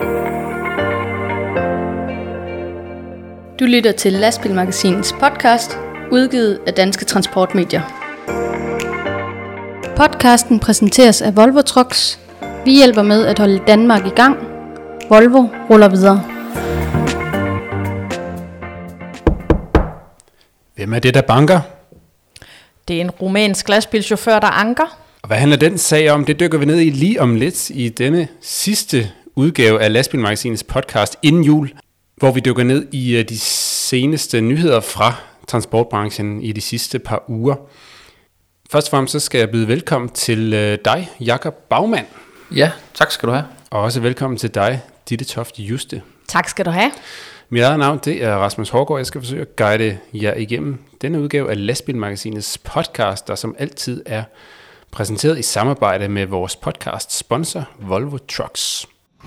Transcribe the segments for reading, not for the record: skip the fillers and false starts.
Du lytter til Lastbilmagasinets podcast, udgivet af Danske Transportmedier. Podcasten præsenteres af Volvo Trucks. Vi hjælper med at holde Danmark i gang. Volvo ruller videre. Hvem er det, der banker? Det er en rumænsk lastbilchauffør, der anker. Og hvad handler den sag om? Det dykker vi ned i lige om lidt i denne sidste udgave af Lastbilmagasinets podcast inden jul, hvor vi dykker ned i de seneste nyheder fra transportbranchen i de sidste par uger. Først og fremmest så skal jeg byde velkommen til dig, Jakob Baumann. Ja, tak skal du have. Og også velkommen til dig, Ditte Toft Juste. Tak skal du have. Mit eget navn, det er Rasmus Hårgaard. Jeg skal forsøge at guide jer igennem denne udgave af Lastbilmagasinets podcast, der som altid er præsenteret i samarbejde med vores podcast sponsor, Volvo Trucks.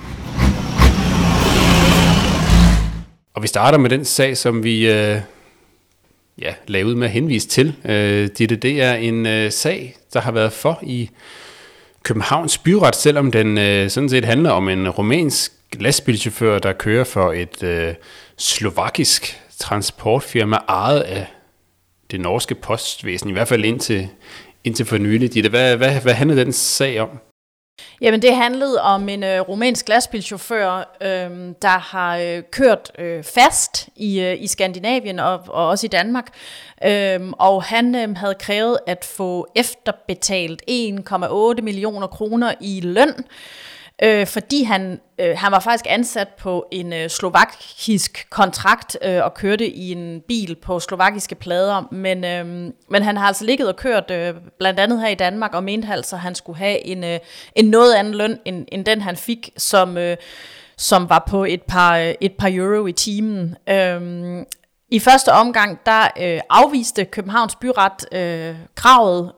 Og vi starter med den sag, som vi lagde ud med at henvise til. Det er en sag, der har været for i Københavns Byret, selvom den sådan set handler om en rumænsk lastbilchauffør, der kører for et slovakisk transportfirma, ejet af det norske postvæsen, i hvert fald indtil for nylig. Hvad handler den sag om? Jamen det handlede om en rumænsk lastbilchauffør, der har kørt fast i Skandinavien og også i Danmark. Og han havde krævet at få efterbetalt 1,8 millioner kroner i løn, fordi han var faktisk ansat på en slovakisk kontrakt og kørte i en bil på slovakiske plader, men han har altså ligget og kørt blandt andet her i Danmark og mente altså, at han skulle have en noget anden løn end den han fik, som var på et par euro i timen. I første omgang, der afviste Københavns Byret kravet,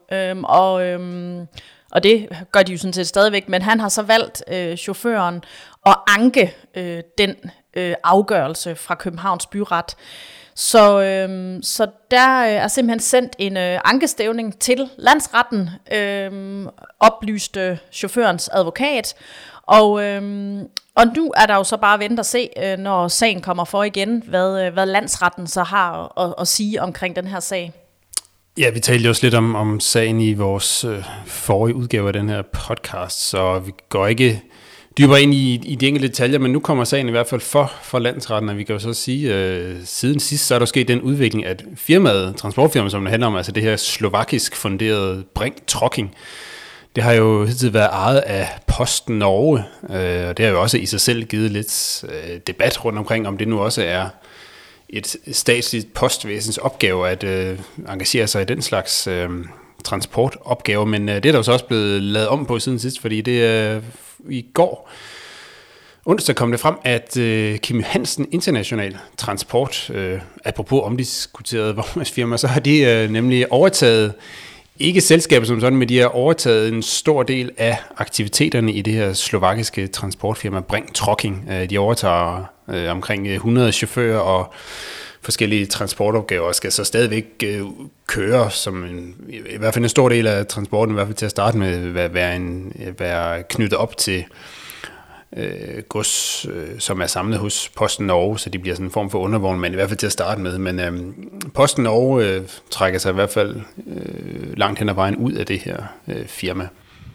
og det gør de jo sådan set stadigvæk, men han har så valgt chaufføren at anke den afgørelse fra Københavns Byret. Så der er simpelthen sendt en ankestævning til landsretten, oplyste chaufførens advokat, og nu er der jo så bare at vente og se, når sagen kommer for igen, hvad landsretten så har at sige omkring den her sag. Ja, vi talte jo også lidt om sagen i vores forrige udgave af den her podcast, så vi går ikke dybere ind i de enkelte detaljer, men nu kommer sagen i hvert fald for landsretten, og vi kan jo så sige, siden sidst, så er der sket den udvikling, at transportfirmaet, som det handler om, altså det her slovakisk funderede Brink Trucking, det har jo hidtil været ejet af Post Norge, og det har jo også i sig selv givet lidt debat rundt omkring, om det nu også er et statsligt postvæsens opgave at engagere sig i den slags transportopgaver, men det er der jo så også blevet lavet om på siden sidst, fordi det i går onsdag kom det frem, at Kim Hansen International Transport, apropos omdiskuteret vognmandsfirma, så har de nemlig overtaget, ikke selskaber som sådan, men de har overtaget en stor del af aktiviteterne i det her slovakiske transportfirma Brink Trucking. De overtager omkring 100 chauffører og forskellige transportopgaver, og skal så stadigvæk køre som i hvert fald en stor del af transporten, i hvert fald til at starte med, være knyttet op til gods, som er samlet hos Posten Norge, så de bliver sådan en form for undervogn, men i hvert fald til at starte med. Men Posten Norge trækker sig i hvert fald langt hen ad vejen ud af det her firma.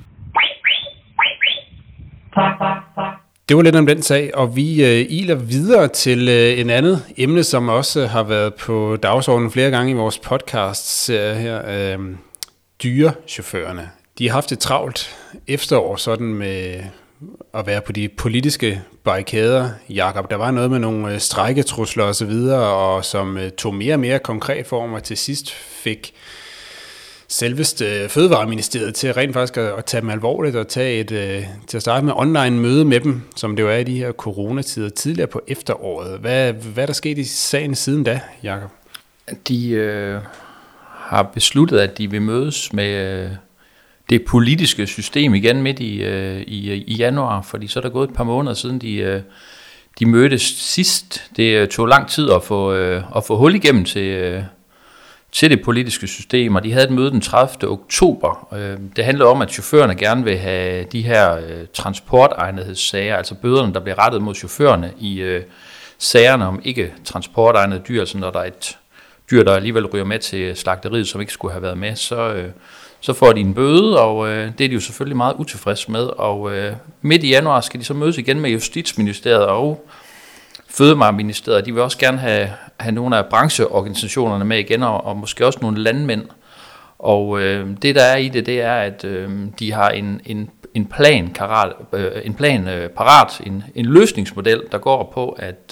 Det var lidt om den sag, og vi iler videre til en andet emne, som også har været på dagsordenen flere gange i vores podcast-serie her. Dyrechaufførerne. De har haft et travlt efterår sådan med at være på de politiske barrikader, Jakob. Der var noget med nogle strejketrusler og så videre, og som tog mere og mere konkret form, og til sidst fik selveste Fødevareministeriet til rent faktisk at tage dem alvorligt og tage til at starte med online møde med dem, som det jo er i de her coronatider tidligere på efteråret. Hvad er der sket i sagen siden da, Jakob? De har besluttet, at de vil mødes med det politiske system igen midt i januar, fordi så er der gået et par måneder siden de mødtes sidst. Det tog lang tid at få hul igennem til det politiske system, og de havde et møde den 30. oktober. Det handlede om, at chaufførerne gerne vil have de her transportegnethedssager, altså bøderne, der bliver rettet mod chaufførerne i sagerne om ikke transportegnede dyr, altså når der er et dyr, der alligevel ryger med til slagteriet, som ikke skulle have været med, så får de en bøde, og det er de jo selvfølgelig meget utilfredse med. Og midt i januar skal de så mødes igen med Justitsministeriet og Fødevareministeriet. De vil også gerne have nogle af brancheorganisationerne med igen, og måske også nogle landmænd. Og det der er i det er, at de har en plan parat, en løsningsmodel, der går på,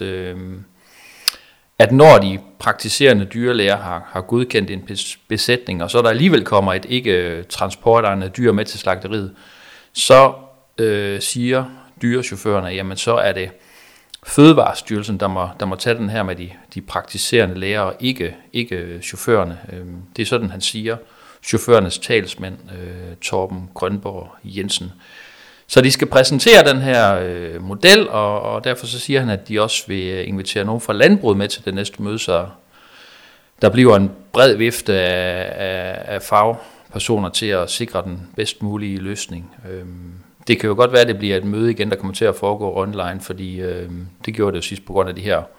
at når de praktiserende dyrlæger har godkendt en besætning, og så der alligevel kommer et ikke transportegnede dyr med til slagteriet, så siger dyrechaufførerne, jamen så er det Fødevarestyrelsen, der må tage den her med de praktiserende læger, og ikke chaufførerne. Det er sådan, han siger, chaufførernes talsmand, Torben Grønborg Jensen. Så de skal præsentere den her model, og derfor så siger han, at de også vil invitere nogen fra landbruget med til det næste møde, så der bliver en bred vifte af fagpersoner til at sikre den bedst mulige løsning. Det kan jo godt være, at det bliver et møde igen, der kommer til at foregå online, fordi det gjorde det jo sidst på grund af de her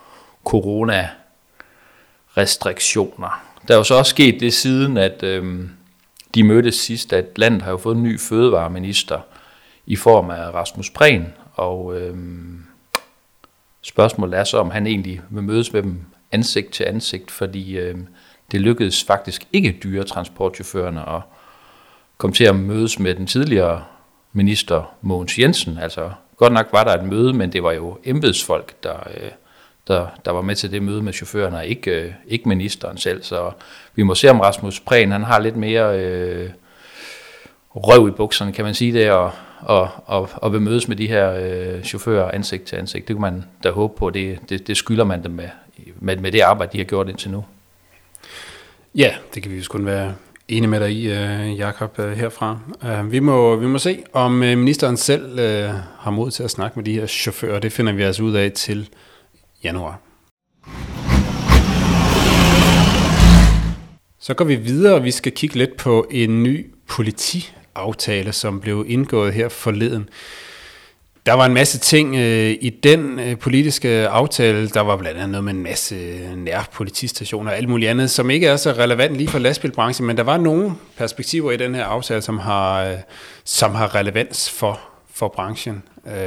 corona-restriktioner. Der er jo så også sket det siden, at de mødtes sidst, at landet har jo fået en ny fødevareminister i form af Rasmus Prehn, og spørgsmålet er så, om han egentlig vil mødes med dem ansigt til ansigt, fordi det lykkedes faktisk ikke dyretransportchaufførerne at komme til at mødes med den tidligere minister Mogens Jensen. Altså godt nok var der et møde, men det var jo embedsfolk, der var med til det møde med chaufførerne, og ikke ministeren selv. Så vi må se, om Rasmus Prehn, han har lidt mere røv i bukserne, kan man sige det, og vil mødes med de her chauffører ansigt til ansigt. Det kan man da håbe på, det skylder man dem med det arbejde, de har gjort indtil nu. Ja, det kan vi jo kun være enige med dig i, Jakob, herfra. Vi må se, om ministeren selv har mod til at snakke med de her chauffører. Det finder vi altså ud af til januar. Så går vi videre, og vi skal kigge lidt på en ny politiaftale, som blev indgået her forleden. Der var en masse ting i den politiske aftale. Der var blandt andet noget med en masse nærpolitistationer og alt muligt andet, som ikke er så relevant lige for lastbilbranchen, men der var nogle perspektiver i den her aftale, som har relevans for branchen.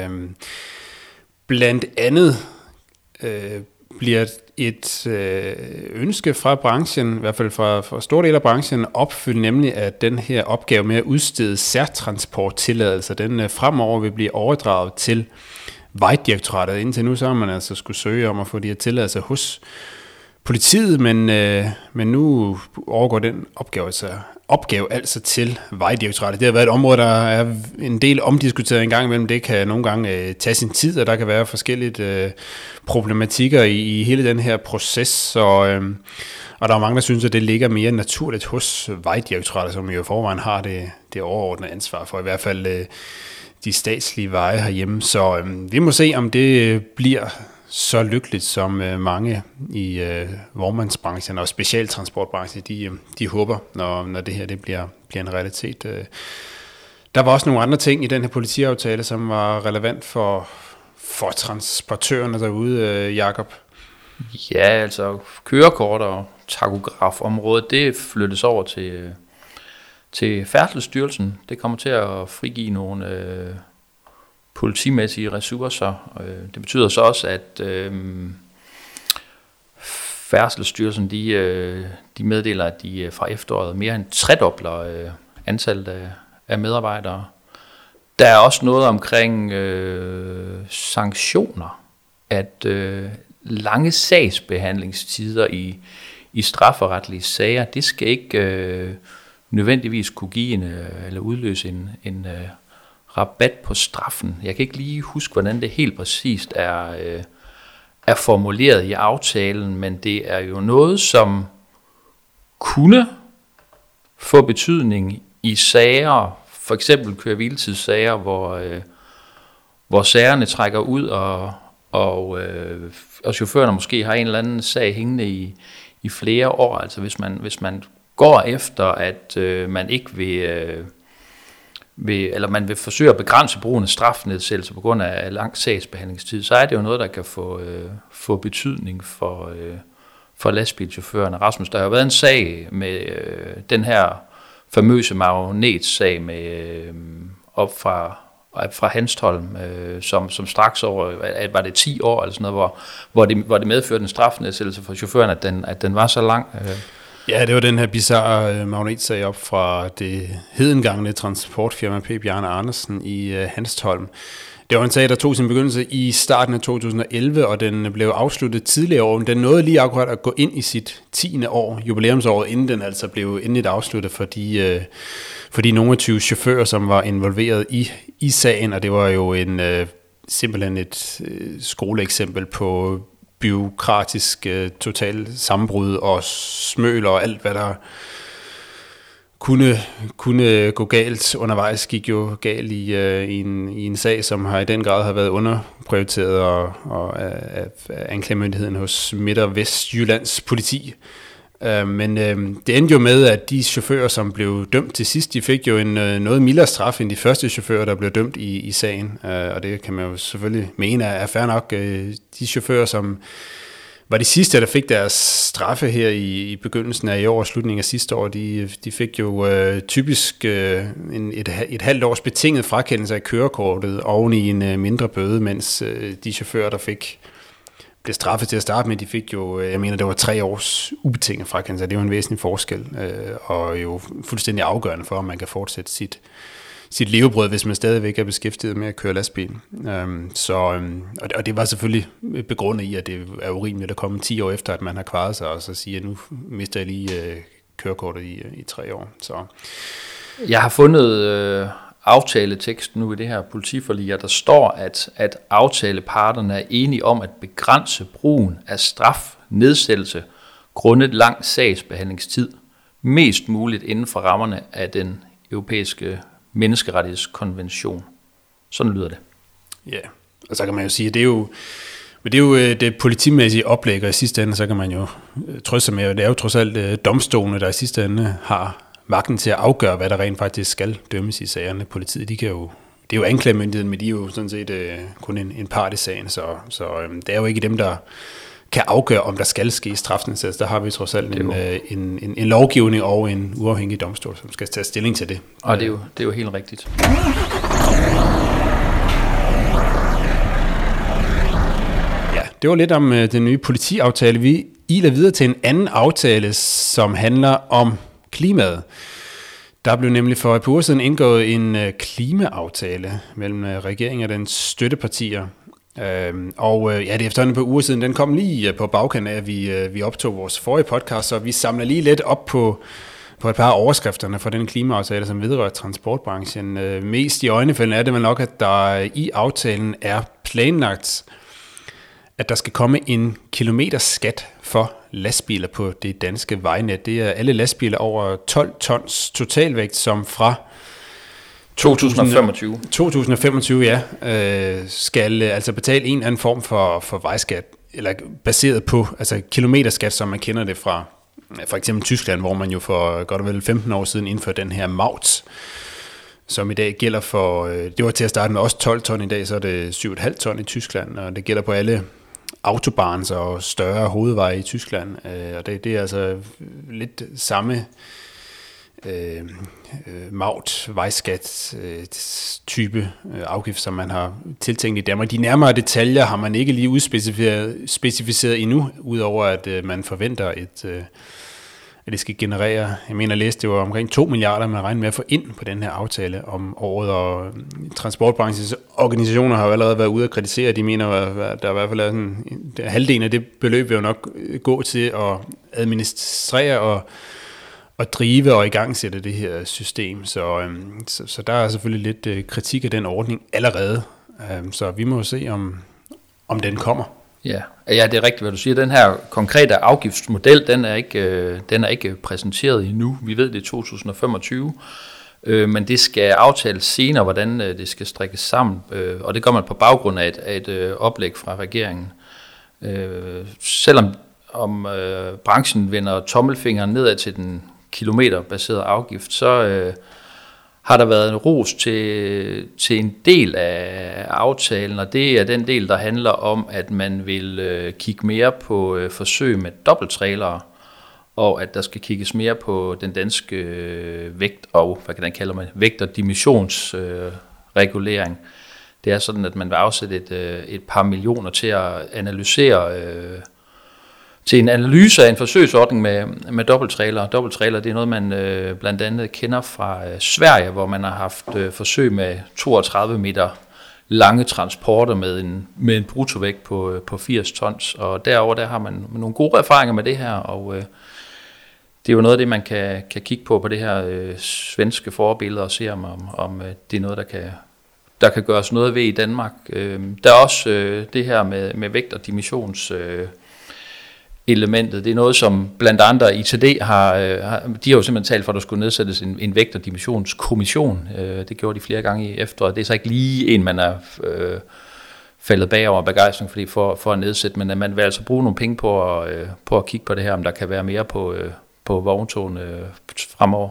Blandt andet bliver et ønske fra branchen, i hvert fald fra store dele af branchen, opfyldt, nemlig at den her opgave med at udstede særtransporttilladelser, den fremover vil blive overdraget til Vejdirektoratet. Indtil nu så har man altså skulle søge om at få de her tilladelser hos politiet, men nu overgår den opgave altså til Vejdirektoratet. Det har været et område, der er en del omdiskuteret en gang imellem. Det kan nogle gange tage sin tid, og der kan være forskellige problematikker i hele den her proces. Og der er mange, der synes, at det ligger mere naturligt hos Vejdirektoratet, som jo i forvejen har det overordnede ansvar for i hvert fald de statslige veje herhjemme. Så vi må se, om det bliver så lykkeligt, som mange i vognmandsbranchen og specialtransportbranchen, de håber, når det her det bliver en realitet. Der var også nogle andre ting i den her politiaftale, som var relevant for transportørerne derude, Jakob. Ja, altså kørekort og takografområdet, det flyttes over til Færdselsstyrelsen. Det kommer til at frigive nogle politimæssige ressourcer. Det betyder så også, at Færdselsstyrelsen de meddeler, at de fra efteråret mere end tredobler antallet af medarbejdere. Der er også noget omkring sanktioner, at lange sagsbehandlingstider i strafferetlige sager, det skal ikke nødvendigvis kunne give eller udløse en rabat på straffen. Jeg kan ikke lige huske, hvordan det helt præcist er formuleret i aftalen, men det er jo noget, som kunne få betydning i sager, for eksempel køre-hviletidssager, hvor sagerne trækker ud, og chaufførerne måske har en eller anden sag hængende i i flere år. Altså hvis man går efter, at man ikke eller man vil forsøge at begrænse brugen af strafnedsættelse på grund af lang sagsbehandlingstid, så er det jo noget, der kan få betydning for lastbilchaufførerne. Rasmus, der har jo været en sag med den her famøse magnetsag med op fra Hanstholm, som straks over, var det 10 år eller sådan noget, hvor det medførte en strafnedsættelse for chaufføren, at den var så lang. Ja, det var den her bizarre magnetsag op fra det hedengangne transportfirma P. Bjarne Andersen i Hanstholm. Det var en sag, der tog sin begyndelse i starten af 2011, og den blev afsluttet tidligere år. Den nåede lige akkurat at gå ind i sit 10. år, jubilæumsåret, inden den altså blev endeligt afsluttet, fordi nogle af 20 chauffører, som var involveret i sagen, og det var jo simpelthen et skoleeksempel på bureaukratisk total sammenbrud og smøl og alt, hvad der kunne gå galt undervejs, gik jo galt i en sag, som i den grad har været underprioriteret af anklagemyndigheden hos Midt- og Vestjyllands politi. Men det endte jo med, at de chauffører, som blev dømt til sidst, de fik jo en noget mildere straf end de første chauffører, der blev dømt i sagen. Og det kan man jo selvfølgelig mene er fair nok. De chauffører, som var de sidste, der fik deres straffe her i begyndelsen af i år og slutningen af sidste år, de fik jo typisk et halvt års betinget frakendelse af kørekortet oven i en mindre bøde, mens de chauffører, der blev straffet til at starte med, de fik jo, jeg mener, det var 3 års ubetinget frakendelse. Det var en væsentlig forskel, og jo fuldstændig afgørende for, om man kan fortsætte sit levebrød, hvis man stadigvæk er beskæftiget med at køre lastbil. Og det var selvfølgelig begrundet i, at det er urimeligt at komme 10 år efter, at man har kvaret sig, og så sige, at nu mister jeg lige kørekortet i 3 år. Så. Jeg har fundet aftaletekst nu i det her politiforlig, og der står, at aftaleparterne er enige om at begrænse brugen af strafnedsættelse grundet lang sagsbehandlingstid, mest muligt inden for rammerne af den europæiske menneskerettighedskonvention. Sådan lyder det. Ja, og så kan man jo sige, at det er jo det politimæssige oplæg, og i sidste ende, så kan man jo trøste med, at det er jo trods alt domstolene, der i sidste ende har magten til at afgøre, hvad der rent faktisk skal dømmes i sagerne. Politiet, det er jo anklagemyndigheden, men de er jo sådan set kun en part i sagen, så det er jo ikke dem, der kan afgøre, om der skal ske strafnedsættelse. Der har vi trods alt en lovgivning og en uafhængig domstol, som skal tage stilling til det. Og det er jo helt rigtigt. Ja, det var lidt om den nye politiaftale. Vi iler videre til en anden aftale, som handler om klimaet. Der blev nemlig for et par uger siden indgået en klimaaftale mellem regeringen og dens støttepartier. Det er efterhånden et par uger siden. Den kom lige på bagkanten af, at vi optog vores forrige podcast, så vi samler lige lidt op på et par af overskrifterne for den klimaaftale, som vedrører transportbranchen. Mest i øjnefaldene er det vel nok, at der i aftalen er planlagt, at der skal komme en kilometerskat for lastbiler på det danske vejnet. Det er alle lastbiler over 12 tons totalvægt, som fra 2025, ja, skal altså betale en eller anden form for vejskat, eller baseret på altså kilometerskat, som man kender det fra for eksempel Tyskland, hvor man jo for godt og vel 15 år siden indførte den her Maut, som i dag gælder for, det var til at starte med også 12 ton, i dag så er det 7,5 ton i Tyskland, og det gælder på alle autobahns og større hovedveje i Tyskland, og det er altså lidt samme Maut, vejskat type afgift, som man har tiltænkt i Danmark. De nærmere detaljer har man ikke lige udspecificeret endnu, udover at man forventer at det skal generere, jeg mener læste, det var omkring 2 milliarder, man regner med at få ind på den her aftale om året, og transportbranchens organisationer har jo allerede været ude at kritisere, de mener, at der i hvert fald er sådan, halvdelen af det beløb vil jo nok gå til at administrere og drive og igangsætte det her system, så der er selvfølgelig lidt kritik af den ordning allerede, så vi må se, om den kommer. Ja, det er rigtigt, hvad du siger. Den her konkrete afgiftsmodel, den er ikke præsenteret endnu. Vi ved, det er 2025, men det skal aftales senere, hvordan det skal strikkes sammen, og det gør man på baggrund af et oplæg fra regeringen. Selvom om branchen vender tommelfingeren nedad til den kilometerbaserede afgift, så har der været en ros til en del af aftalen, og det er den del, der handler om, at man vil kigge mere på forsøg med dobbelttrailere, og at der skal kigges mere på den danske vægt og, vægt- og dimensionsregulering. Det er sådan, at man vil afsætte et par millioner til at analysere, til en analyse af en forsøgsordning med dobbelttrailer. Dobbelttrailer, det er noget, man blandt andet kender fra Sverige, hvor man har haft forsøg med 32 meter lange transporter med en bruttovægt på 80 tons. Og derover der har man nogle gode erfaringer med det her, og det er jo noget af det, man kan kigge på det her svenske forbillede og se om det er noget, der kan gøres noget ved i Danmark. Der er også det her med vægt- og dimensionselementet. Det er noget, som blandt andre ITD de har jo simpelthen talt for, at der skulle nedsættes en vægt- og dimensionskommission. Det gjorde de flere gange i efteråret. Det er så ikke lige en, man er faldet bagover begejstring for at nedsætte, men man vil altså bruge nogle penge på at kigge på det her, om der kan være mere på vogntogene fremover.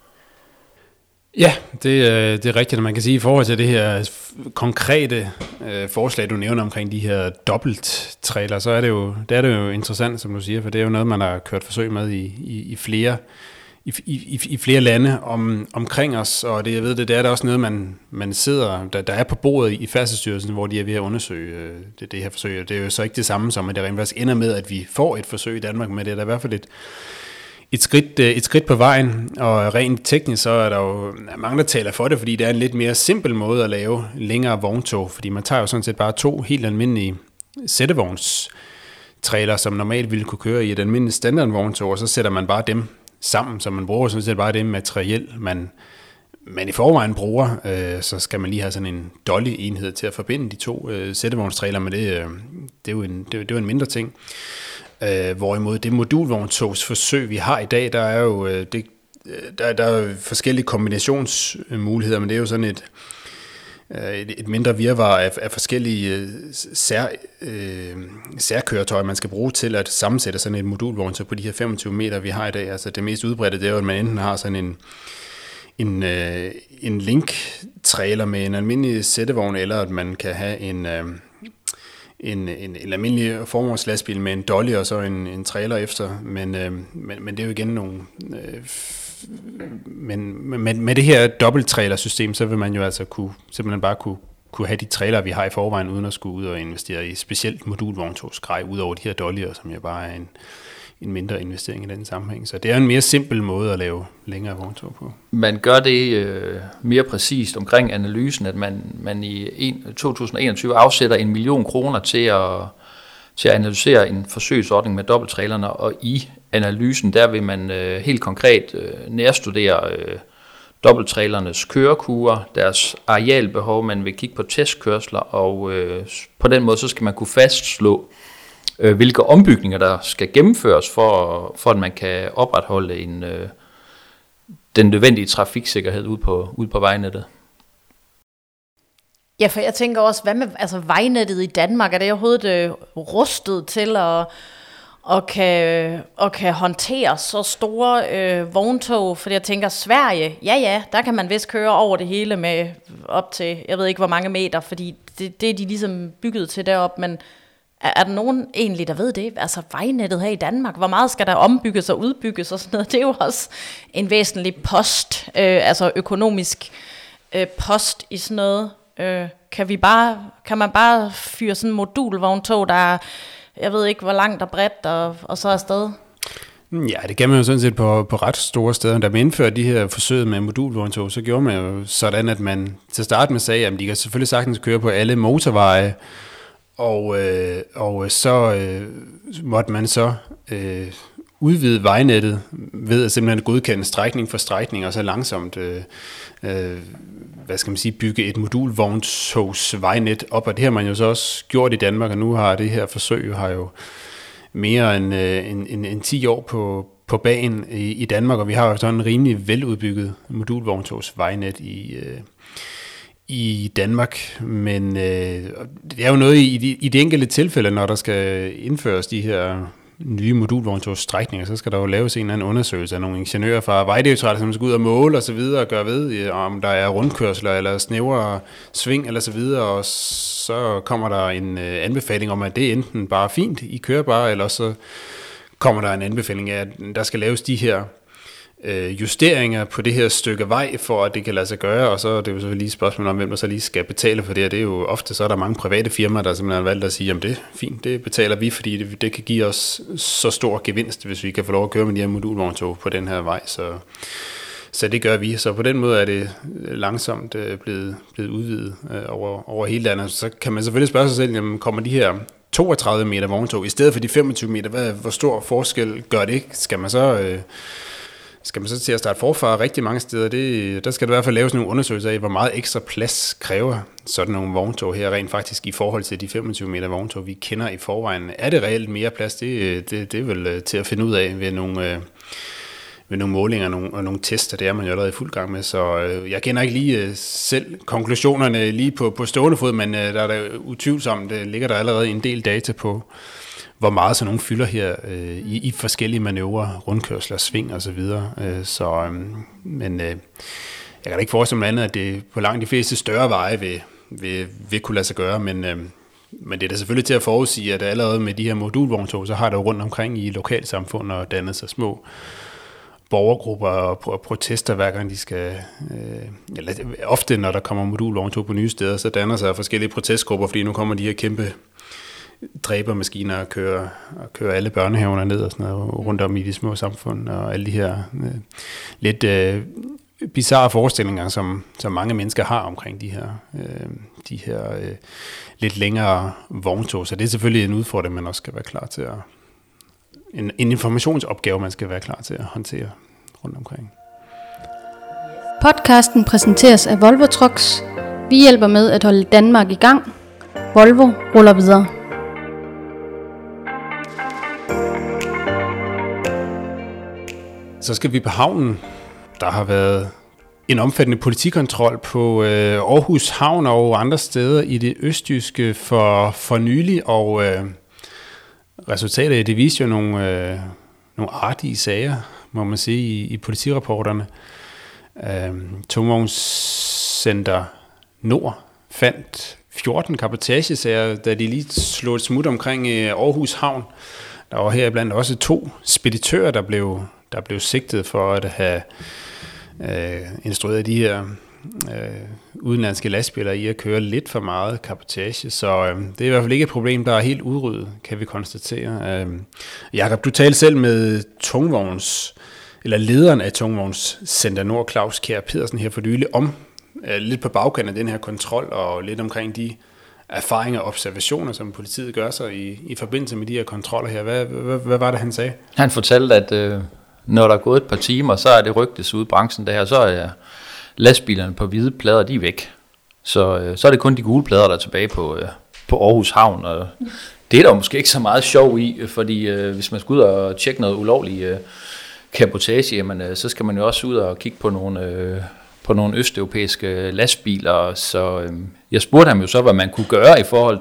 Ja, det er rigtigt, at man kan sige i forhold til det her konkrete forslag, du nævner omkring de her dobbelttrailer, så er det jo interessant, som du siger, for det er jo noget, man har kørt forsøg med i flere lande omkring os, og det, jeg ved, det er der også noget, man sidder, der er på bordet i Færdselsstyrelsen, hvor de er ved at undersøge det her forsøg. Det er jo så ikke det samme som, at det rent faktisk ender med, at vi får et forsøg i Danmark, men det er da i hvert fald et skridt på vejen, og rent teknisk så er der jo mange, der taler for det, fordi det er en lidt mere simpel måde at lave længere vogntog, fordi man tager jo sådan set bare 2 helt almindelige sættevognstrailer, som normalt ville kunne køre i et almindeligt standardvogntog, og så sætter man bare dem sammen, så man bruger sådan set bare det materiel, man i forvejen bruger, så skal man lige have sådan en dolly-enhed til at forbinde de 2 sættevognstrailer, men det er jo en mindre ting. Hvorimod det modulvogntogsforsøg, vi har i dag, der er jo der er forskellige kombinationsmuligheder, men det er jo sådan et mindre virvar af forskellige særkøretøjer, man skal bruge til at sammensætte sådan et modulvogntog på de her 25 meter, vi har i dag. Altså det mest udbredte, det er jo, at man enten har sådan en link-trailer med en almindelig sættevogn, eller at man kan have en almindelig formålslastbil med en dolly og så en trailer efter, men det er jo igen nogle men med det her dobbelttrailersystem, så vil man jo altså simpelthen bare kunne have de trailer, vi har i forvejen, uden at skulle ud og investere i specielt modulvogntogsgrej, ud over de her dollyer, som jo bare er en mindre investering i den sammenhæng. Så det er en mere simpel måde at lave længere vogntog på. Man gør det mere præcist omkring analysen, at man i 2021 afsætter 1 million kroner til at analysere en forsøgsordning med dobbelttrailerne, og i analysen der vil man helt konkret nærstudere dobbelttrailernes kørekure, deres arealbehov, man vil kigge på testkørsler, og på den måde så skal man kunne fastslå, hvilke ombygninger der skal gennemføres for at man kan opretholde den nødvendige trafiksikkerhed ude på vejnettet. Ja, for jeg tænker også, hvad med vejnettet i Danmark? Er det overhovedet rustet til at kan håndtere så store vogntog? Fordi jeg tænker, Sverige, ja, der kan man vist køre over det hele med op til, jeg ved ikke hvor mange meter, fordi det er de ligesom bygget til deroppe, men er der nogen egentlig, der ved det? Altså vejnettet her i Danmark, hvor meget skal der ombygges og udbygges og sådan noget? Det er jo også en væsentlig post, altså økonomisk post i sådan noget. Kan man bare fyre sådan en modulvogntog, der er, jeg ved ikke hvor langt og bredt og så afsted? Ja, det kan man jo sådan set på ret store steder. Da man indførte de her forsøg med modulvogntog, så gjorde man jo sådan, at man til at starte med sagde, at de kan selvfølgelig sagtens køre på alle motorveje, og så måtte man så udvide vejnettet ved at simpelthen godkende strækning for strækning, og så langsomt bygge et modulvogntogsvejnet op, og det har man jo så også gjort i Danmark, og nu har det her forsøg jo mere end 10 år på bagen i Danmark, og vi har jo sådan en rimelig veludbygget modulvogntogsvejnet i Danmark, men det er jo noget i de enkelte tilfælde, når der skal indføres de her nye modulvogntogsstrækninger, så skal der jo laves en eller anden undersøgelse af nogle ingeniører fra Vejdirektoratet, som skal ud og måle og så videre og gøre ved, om der er rundkørsler eller snævre sving eller så videre, og så kommer der en anbefaling om, at det er enten bare fint, I kører bare, eller så kommer der en anbefaling af, at der skal laves de her justeringer på det her stykke vej, for at det kan lade sig gøre, og så er det jo selvfølgelig lige et spørgsmål om, hvem der så lige skal betale for det, og det er jo ofte, så er der mange private firmaer, der simpelthen har valgt at sige, jamen det er fint, det betaler vi, fordi det kan give os så stor gevinst, hvis vi kan få lov at køre med de her modulvogntog på den her vej, så det gør vi. Så på den måde er det langsomt blevet udvidet over hele landet. Så kan man selvfølgelig spørge sig selv, jamen kommer de her 32 meter vogntog i stedet for de 25 meter, hvor stor forskel gør det ikke? Skal man så til at starte forfra rigtig mange steder? Der skal der i hvert fald laves nogle undersøgelser af, hvor meget ekstra plads kræver sådan nogle vogntog her rent faktisk i forhold til de 25 meter vogntog, vi kender i forvejen. Er det reelt mere plads? Det er vel til at finde ud af ved nogle målinger og nogle tester, det er man jo allerede i fuld gang med, så jeg kender ikke lige selv konklusionerne lige på stående fod, men der er der utvivlsomt, ligger der allerede en del data på, hvor meget sådan nogle fylder her i forskellige manøvrer, rundkørsler, sving og så videre. Men jeg kan da ikke forestille mig andet, at det på langt de fleste større veje vil kunne lade sig gøre, men det er da selvfølgelig til at forudsige, at allerede med de her modulvogntog, så har der rundt omkring i lokalsamfund og dannet sig små borgergrupper og protester, hver gang de skal, ofte når der kommer modulvogntog på nye steder, så danner sig forskellige protestgrupper, fordi nu kommer de her kæmpe dræbermaskiner og kører alle børnehaverne ned og sådan noget rundt om i de små samfund, og alle de her lidt bizarre forestillinger, som mange mennesker har omkring de her lidt længere vogntog. Så det er selvfølgelig en udfordring, man også skal være klar til at en informationsopgave, man skal være klar til at håndtere rundt omkring. Podcasten præsenteres af Volvo Trucks. Vi hjælper med at holde Danmark i gang. Volvo ruller videre. Så skal vi på havnen. Der har været en politikontrol på Aarhus Havn og andre steder i det østjyske for nylig, og resultatet af det viste jo nogle artige sager, må man sige, i politirapporterne. Tungvognscenter Nord fandt 14 cabotagesager, da de lige slog et smut omkring Aarhus Havn. Der var heriblandt også 2 speditører, der blev sigtet for at have instrueret de her udenlandske lastbiler i at køre lidt for meget cabotage, så det er i hvert fald ikke et problem, der er helt udryddet, kan vi konstatere. Jakob, du talte selv med lederen af Tungvognscenter Nord, Claus Kjær Pedersen, her for nylig om lidt på bagkanten af den her kontrol, og lidt omkring de erfaringer og observationer, som politiet gør sig i forbindelse med de her kontroller her. Hvad var det, han sagde? Han fortalte, at når der er gået et par timer, så er det rygtes ude i branchen, der her, så er lastbilerne på hvide plader, de er væk. Så er det kun de gule plader, der er tilbage på Aarhus Havn, og det er der måske ikke så meget sjov i, fordi hvis man skal ud og tjekke noget ulovlig cabotage, jamen, så skal man jo også ud og kigge på nogle østeuropæiske lastbiler, så jeg spurgte ham jo så, hvad man kunne gøre i forhold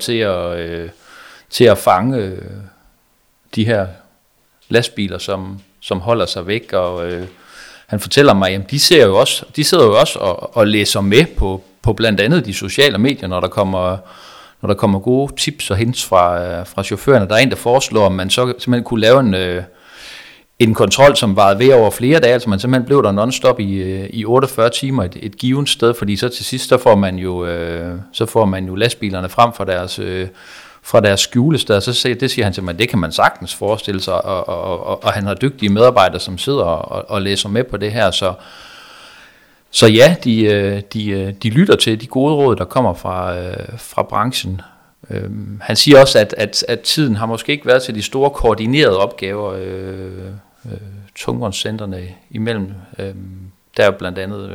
til at fange de her lastbiler, som holder sig væk, og han fortæller mig, at de sidder jo også og læser med på blandt andet de sociale medier, når der kommer gode tips og hints fra chaufførerne. Der er en, der foreslår, at man så simpelthen kunne lave en kontrol, som varede ved over flere dage, altså man simpelthen blev der non-stop i 48 timer et givet sted, fordi så til sidst, så får man jo lastbilerne frem fra deres skjulested, så det siger han til mig, det kan man sagtens forestille sig, og han har dygtige medarbejdere, som sidder og læser med på det her, så ja, de lytter til de gode råd, der kommer fra branchen. Han siger også, at tiden har måske ikke været til de store koordinerede opgaver, tungvognscentrene imellem. Der er blandt andet,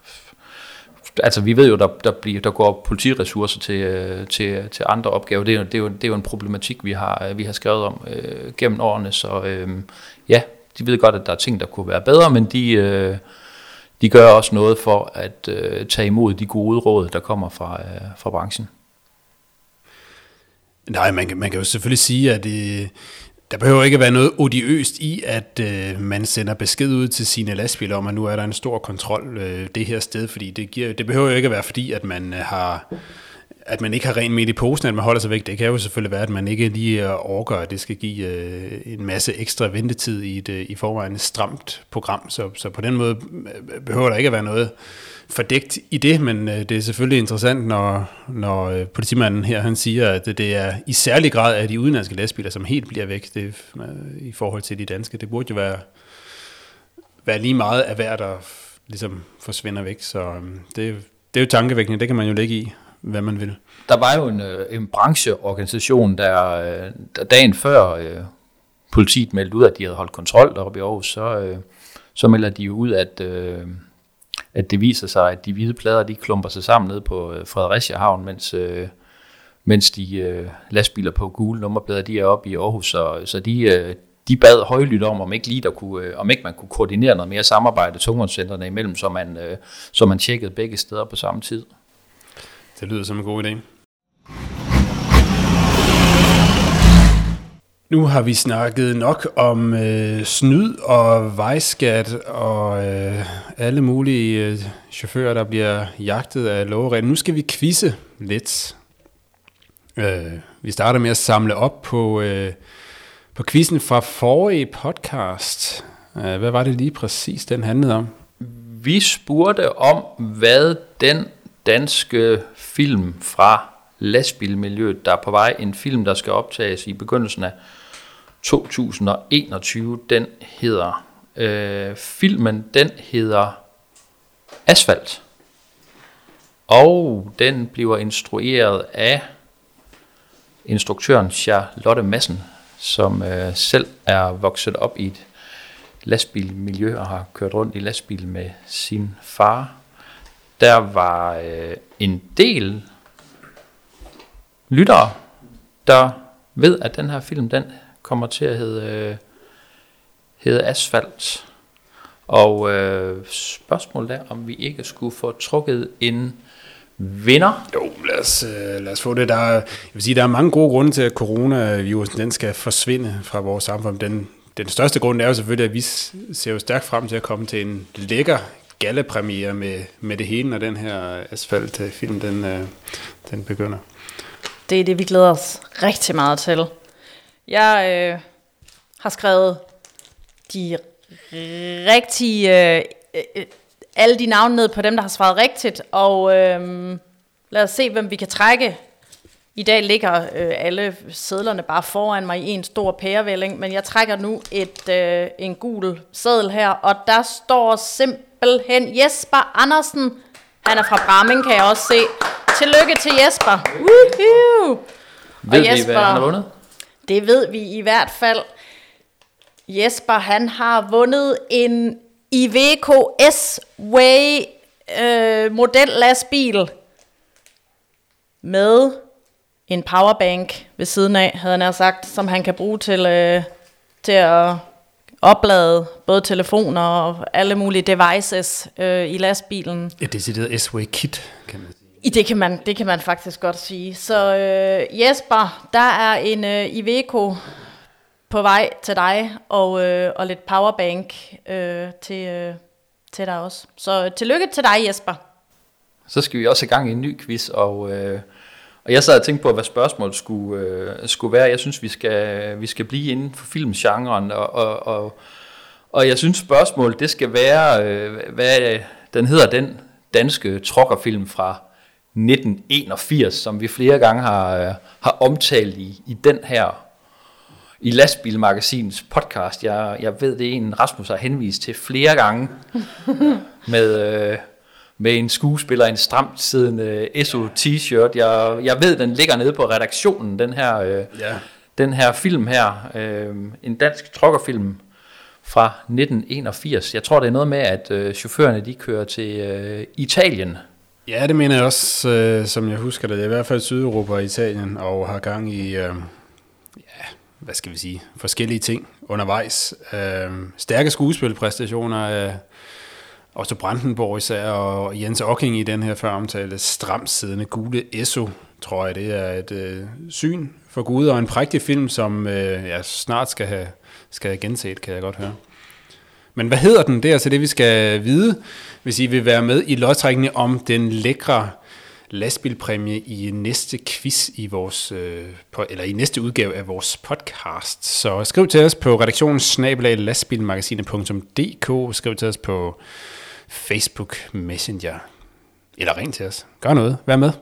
altså vi ved jo, der går politiressourcer til andre opgaver. Det er jo en problematik, vi har skrevet om gennem årene, så ja, de ved godt, at der er ting, der kunne være bedre, men de gør også noget for at tage imod de gode råd, der kommer fra branchen. Nej, man kan jo selvfølgelig sige, at Der behøver ikke at være noget odiøst i, at man sender besked ud til sine lastbiler om, at nu er der en stor kontrol det her sted, fordi det behøver jo ikke at være fordi, at man ikke har rent midt i posen, at man holder sig væk. Det kan jo selvfølgelig være, at man ikke lige orker, at det skal give en masse ekstra ventetid i et i forvejen stramt program. Så på den måde behøver der ikke at være noget fordækt i det, men det er selvfølgelig interessant, når politimanden her han siger, at det er i særlig grad af de udenlandske lastbiler, som helt bliver væk det, i forhold til de danske. Det burde jo være lige meget af hver, der ligesom forsvinder væk. Så det er jo tankevækkende, det kan man jo lægge i, hvad man vil. Der var jo en brancheorganisation, der dagen før politiet meldte ud, at de havde holdt kontrol deroppe i Aarhus, så melder de jo ud, at det viser sig, at de hvide plader, de klumper sig sammen nede på Fredericia Havn, mens de lastbiler på gule nummerplader, de er oppe i Aarhus, så de bad højlydt om ikke man kunne koordinere noget mere samarbejde tungvognscentrene imellem, så man tjekkede begge steder på samme tid. Det lyder som en god idé. Nu har vi snakket nok om snyd og vejskat og alle mulige chauffører, der bliver jagtet af lovregler. Nu skal vi quizze lidt. Vi starter med at samle op på quizzen fra forrige podcast. Hvad var det lige præcis, den handlede om? Vi spurgte om, hvad den danske film fra lastbilmiljøet, der er på vej, en film, der skal optages i begyndelsen af 2021, den hedder, filmen den hedder Asfalt, og den bliver instrueret af instruktøren Charlotte Madsen, som selv er vokset op i et lastbilmiljø og har kørt rundt i lastbil med sin far. Der var en del lyttere, der ved, at den her film, den kommer til at hedde Asfalt. Og spørgsmålet er, om vi ikke skulle få trukket en vinder. Jo, lad os få det. Jeg vil sige, der er mange gode grunde til, at coronavirusen den skal forsvinde fra vores samfund. Den største grund er jo selvfølgelig, at vi ser jo stærkt frem til at komme til en lækker gallapremiere med det hele, når den her Asfalt-film den begynder. Det er det, vi glæder os rigtig meget til. Jeg har skrevet de rigtige, alle de navne ned på dem, der har svaret rigtigt, og lad os se, hvem vi kan trække. I dag ligger alle sedlerne bare foran mig i en stor pærevælling, men jeg trækker nu en gul seddel her, og der står simpelthen Jesper Andersen. Han er fra Bramming, kan jeg også se. Tillykke til Jesper. Woohoo! Ved vi, hvad han har vundet? Det ved vi i hvert fald. Jesper, han har vundet en Iveco S-Way modellastbil med en powerbank ved siden af, havde han nær sagt, som han kan bruge til at oplade både telefoner og alle mulige devices i lastbilen. Et decideret S-Way kit, kan man sige. Det kan man faktisk godt sige. Så Jesper, der er en Iveco på vej til dig, og lidt powerbank til dig også. Så tillykke til dig, Jesper. Så skal vi også i gang i en ny quiz, og jeg sad og tænkte på, hvad spørgsmålet skulle være. Jeg synes, vi skal blive inden for filmgenren, og jeg synes, spørgsmålet det skal være, hvad den hedder, den danske truckerfilm fra 1981, som vi flere gange har omtalt i den her, i Lastbilmagasinets podcast. Jeg ved, det er en, Rasmus har henvist til flere gange, med en skuespiller, en stramt siddende ESO t-shirt. Jeg ved, den ligger nede på redaktionen, den her film her. En dansk truckerfilm fra 1981. Jeg tror, det er noget med, at chaufførerne de kører til Italien. Ja, det mener jeg også, som jeg husker det. Det er i hvert fald Sydeuropa og Italien, og har gang i, hvad skal vi sige, forskellige ting undervejs. Stærke skuespilpræstationer af Otto Brandenburg især, og Jens Ocking i den her før omtalte stramt siddende gule Esso tror jeg. Det er et syn for Gud og en prægtig film, som jeg snart skal have genset, kan jeg godt høre. Men hvad hedder den? Det er altså det, vi skal vide, hvis I vil være med i lodtrækningen om den lækre lastbilpræmie i næste quiz i vores eller i næste udgave af vores podcast. Så skriv til os på redaktionen@lastbilmagasinet.dk, skriv til os på Facebook Messenger, eller ring til os. Gør noget. Vær med.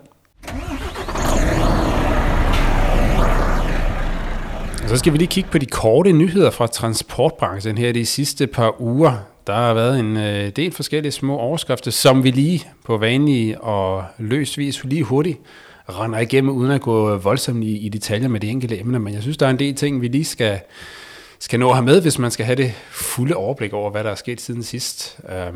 Og så skal vi lige kigge på de korte nyheder fra transportbranchen her de sidste par uger. Der har været en del forskellige små overskrifter, som vi lige på vanlig og løs vis lige hurtigt render igennem, uden at gå voldsomt i detaljer med de enkelte emner. Men jeg synes, der er en del ting, vi lige skal nå at have med, hvis man skal have det fulde overblik over, hvad der er sket siden sidst.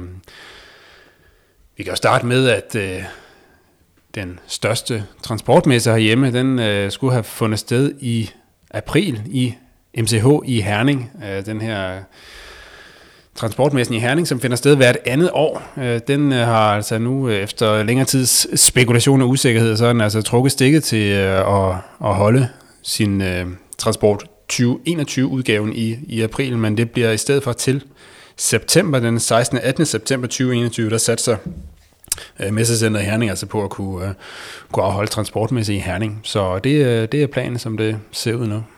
Vi kan jo starte med, at den største transportmesse herhjemme, den skulle have fundet sted i april i MCH i Herning. Den her transportmessen i Herning, som finder sted hvert andet år, den har altså nu efter længere tids spekulation og usikkerhed, så er den altså trukket stikket til at holde sin transport 2021-udgaven i april, men det bliver i stedet for til september, den 16. og 18. september 2021, der satser Messecenteret i Herning altså på at kunne afholde transportmesse i Herning. Så det er planen, som det ser ud nu.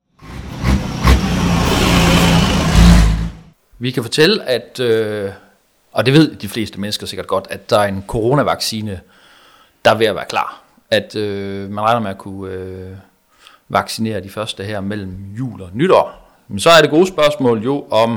Vi kan fortælle, at, og det ved de fleste mennesker sikkert godt, at der er en coronavaccine, der er ved at være klar. At man regner med at kunne vaccinere de første her mellem jul og nytår. Men så er det gode spørgsmål jo, om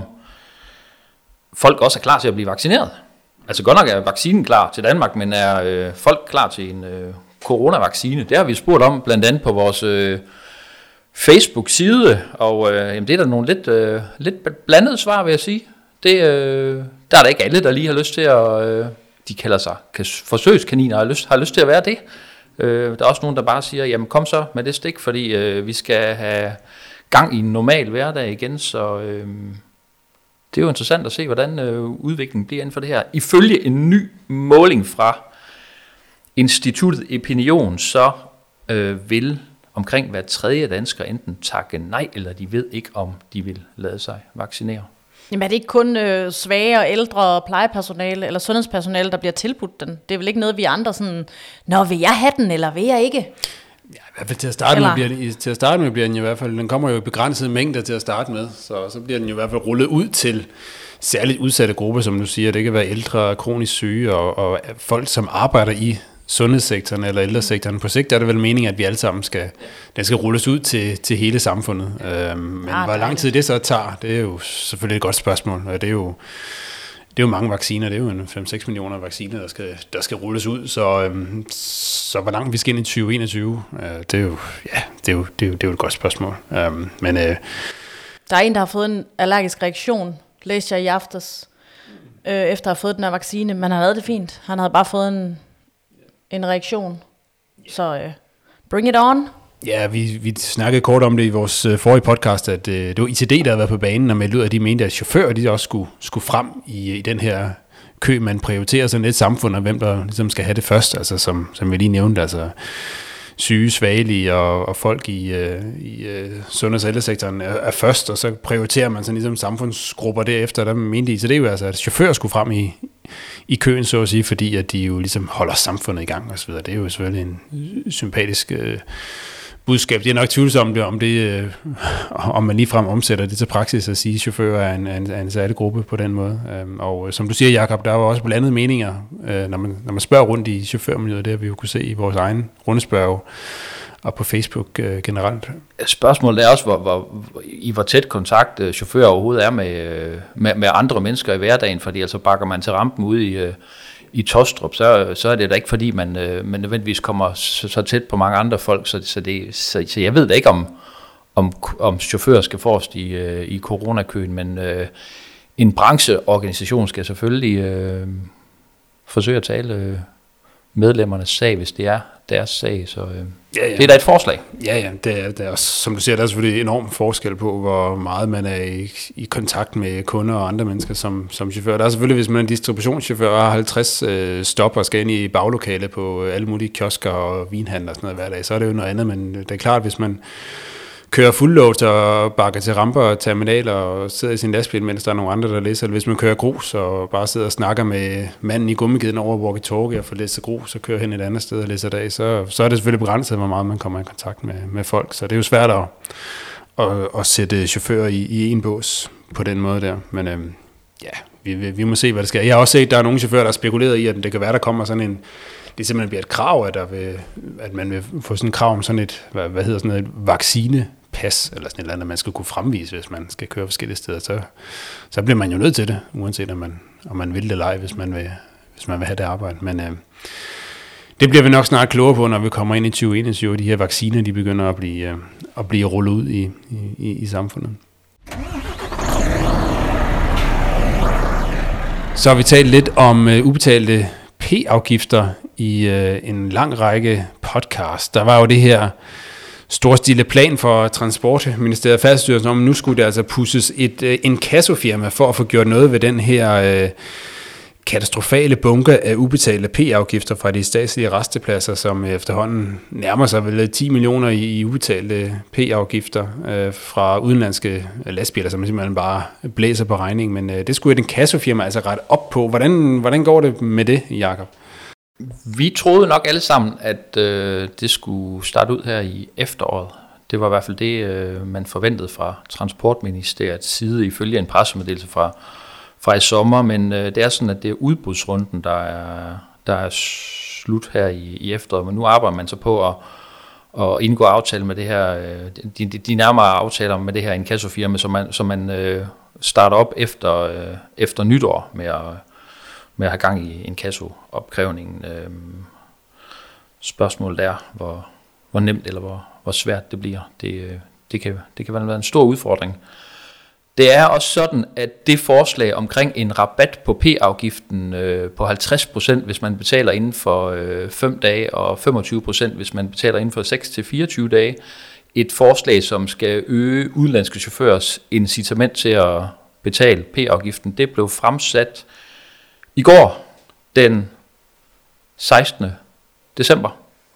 folk også er klar til at blive vaccineret. Altså godt nok er vaccinen klar til Danmark, men er folk klar til en coronavaccine? Det har vi spurgt om, blandt andet på vores Facebook-side, og jamen, det er der nogle lidt blandede svar, vil jeg sige. Der er der ikke alle, der lige har lyst til at, de kalder sig forsøgskaniner, har lyst til at være det. Der er også nogen, der bare siger, jamen kom så med det stik, fordi vi skal have gang i en normal hverdag igen, så det er jo interessant at se, hvordan udviklingen bliver inden for det her. Ifølge en ny måling fra Instituttet Epinion, så vil omkring hver tredje dansker enten takke nej, eller de ved ikke, om de vil lade sig vaccinere. Jamen er det ikke kun svage og ældre plejepersonale eller sundhedspersonale, der bliver tilbudt den? Det er vel ikke noget, vi andre sådan, nå, vil jeg have den, eller vil jeg ikke? Ja, i hvert fald til at starte med bliver den i hvert fald, den kommer jo i begrænsede mængder til at starte med, så bliver den jo i hvert fald rullet ud til særligt udsatte grupper, som du siger. Det kan være ældre, kronisk syge og folk, som arbejder i sundhedssektoren eller ældresektoren. På sigt er det vel meningen, at vi alle sammen skal rulles ud til hele samfundet. Men hvor lang tid det så tager, det er jo selvfølgelig et godt spørgsmål. Det er jo mange vacciner, det er jo en 5-6 millioner vacciner, der skal rulles ud, så hvor langt vi skal ind i 2021, det er jo et godt spørgsmål. Men der er en, der har fået en allergisk reaktion, læste jeg i aftes, efter at have fået den her vaccine, men han havde det fint. Han havde bare fået en reaktion. Så bring it on. Ja, vi snakkede kort om det i vores forrige podcast, at det var ITD, der havde været på banen, og meldt ud, at de mente, at chauffører de også skulle frem i den her kø. Man prioriterer sådan et samfund, og hvem der ligesom skal have det først, altså som vi lige nævnte, altså syge, svagelige og folk i sundheds- og ældresektoren er først, og så prioriterer man sådan ligesom samfundsgrupper derefter. Der mente ITD jo altså, at chauffører skulle frem i køen, så at sige, fordi at de jo ligesom holder samfundet i gang og så videre. Det er jo selvfølgelig en sympatisk budskab. Det er nok tvivlsomt om man ligefrem omsætter det til praksis at sige, at chauffører er en særlig gruppe på den måde. Og som du siger, Jakob, der er jo også blandede meninger, når man spørger rundt i chaufførmiljøet. Det har vi jo kunne se i vores egen rundespørg og på Facebook generelt. Spørgsmålet er også, hvor tæt kontakt chauffører overhovedet er med andre mennesker i hverdagen, fordi altså bakker man til rampen ude i Tostrup, så er det da ikke, fordi man nødvendigvis kommer så tæt på mange andre folk, så jeg ved da ikke, om chauffører skal forrest i coronakøen, men en brancheorganisation skal selvfølgelig forsøge at tale medlemmernes sag, hvis det er deres sag. Så det er da et forslag. Ja, det er også, som du siger, der er selvfølgelig enorm forskel på, hvor meget man er i kontakt med kunder og andre mennesker som chauffør. Der er selvfølgelig, hvis man er en distributionschauffør og har 50 stop og skal ind i baglokale på alle mulige kiosker og vinhandler og sådan noget hver dag, så er det jo noget andet, men det er klart, hvis man kører fuldloads og bakker til ramper og terminaler og sidder i sin lastbil, mens der er nogle andre, der læser. Eller hvis man kører grus og bare sidder og snakker med manden i gummigeden over walkie-talkie og får læst grus og kører hen et andet sted og læser dag, så er det selvfølgelig begrænset, hvor meget man kommer i kontakt med folk. Så det er jo svært at sætte chauffører i en bås på den måde der. Men vi må se, hvad det skal. Jeg har også set, at der er nogle chauffører, der har spekuleret i, at det kan være, der kommer sådan en... Det simpelthen bliver et krav, at man vil få sådan et krav om sådan et, hvad hedder sådan et vaccinepas, eller sådan et eller andet, man skal kunne fremvise, hvis man skal køre forskellige steder. Så bliver man jo nødt til det, uanset om man vil det eller ej, hvis man vil have det arbejde. Men det bliver vi nok snart klogere på, når vi kommer ind i 2021, de her vacciner, de begynder at blive rullet ud i samfundet. Så har vi talt lidt om ubetalte P-afgifter i en lang række podcast. Der var jo det her storstilte plan for Transportministeriet og Færdselsstyrelsen om, nu skulle der altså pusses et inkassofirma for at få gjort noget ved den her katastrofale bunke af ubetalte P-afgifter fra de statslige rastepladser, som efterhånden nærmer sig vel 10 millioner i ubetalte P-afgifter fra udenlandske lastbiler, som simpelthen bare blæser på regningen. Men det skulle et inkassofirma altså rette op på. Hvordan går det med det, Jakob? Vi troede nok alle sammen, at det skulle starte ud her i efteråret. Det var i hvert fald det, man forventede fra Transportministeriets side, ifølge en pressemeddelelse fra i sommer. Men det er sådan, at det er udbudsrunden, der er slut her i efteråret. Men nu arbejder man så på at indgå aftale med det her, de nærmere aftaler med det her inkassofirma, som man starter op efter nytår med at have gang i inkassoopkrævningen. Spørgsmålet er, hvor nemt eller hvor svært det bliver. Det kan være en stor udfordring. Det er også sådan, at det forslag omkring en rabat på P-afgiften på 50%, hvis man betaler inden for 5 dage, og 25%, hvis man betaler inden for 6-24 dage, et forslag, som skal øge udenlandske chaufførers incitament til at betale P-afgiften, det blev fremsat i går, den 16. december.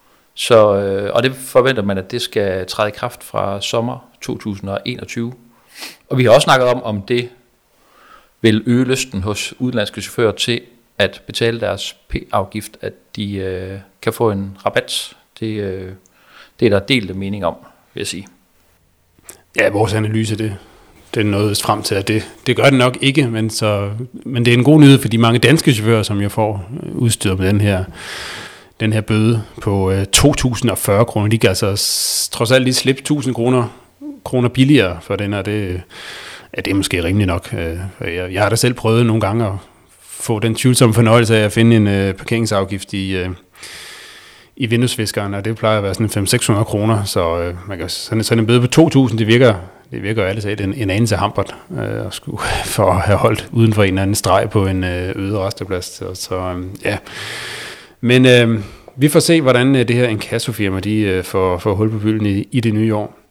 Og det forventer man, at det skal træde i kraft fra sommer 2021. Og vi har også snakket om det vil øge lysten hos udenlandske chauffører til at betale deres P-afgift, at de kan få en rabat. Det er der delte mening om, vil jeg sige. Ja, vores analyse det er noget frem til, at det gør det nok ikke, men det er en god nyhed for de mange danske chauffører, som jo får udstyret med den her bøde på 2.040 kroner. De kan altså trods alt lige slippe 1.000 kroner billigere for den her. Det er måske rimeligt nok. Jeg har da selv prøvet nogle gange at få den tvivlsomme fornøjelse af at finde en parkeringsafgift i vinduesviskeren, og det plejer at være sådan 500-600 kroner, så man kan sådan en bøde på 2.000, det virker jo alle sagt en anelse hampert for at have holdt uden for en eller anden streg på en øde rasteplads. Ja. Men vi får se, hvordan det her inkassofirma de får hul på bylden i det nye år.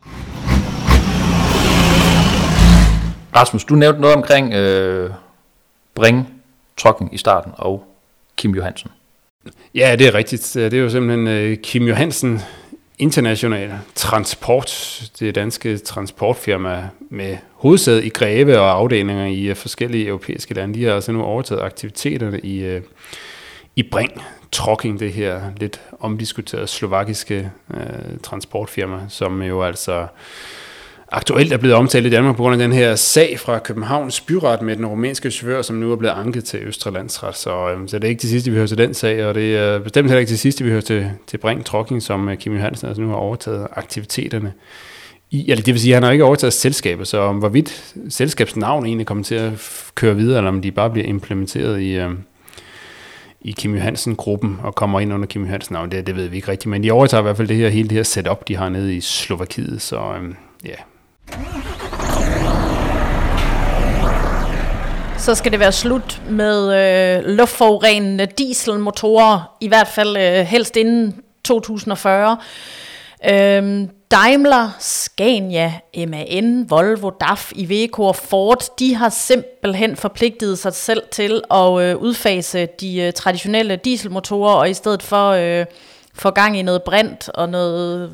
Rasmus, du nævnte noget omkring Bring Trucking i starten og Kim Johansen. Ja, det er rigtigt. Det er jo simpelthen Kim Johansen International Transport, det danske transportfirma med hovedsæde i Greve og afdelinger i forskellige europæiske lande. De har altså nu overtaget aktiviteterne i Bring Trucking, det her lidt omdiskuterede slovakiske transportfirma, som jo altså aktuelt er blevet omtalt i Danmark på grund af den her sag fra Københavns byret med den rumænske chauffør, som nu er blevet anket til Østre Landsret. Så det er ikke til sidste, vi hører til den sag, og det er bestemt heller ikke til sidste, vi hører til Bring Trucking, som Kim Johansen altså nu har overtaget aktiviteterne i. Eller det vil sige, at han har ikke overtaget selskabet, så om hvorvidt selskabsnavn egentlig kommer til at køre videre, eller om de bare bliver implementeret i Kim Johansen-gruppen og kommer ind under Kim Johansen-navn, det ved vi ikke rigtigt. Men de overtager i hvert fald hele det her setup, de har nede i Slovakiet, så ja. Så skal det være slut med luftforurenende dieselmotorer, i hvert fald helst inden 2040. Daimler, Scania, MAN, Volvo, DAF, Iveco og Ford, de har simpelthen forpligtet sig selv til at udfase de traditionelle dieselmotorer, og i stedet for få gang i noget brint og noget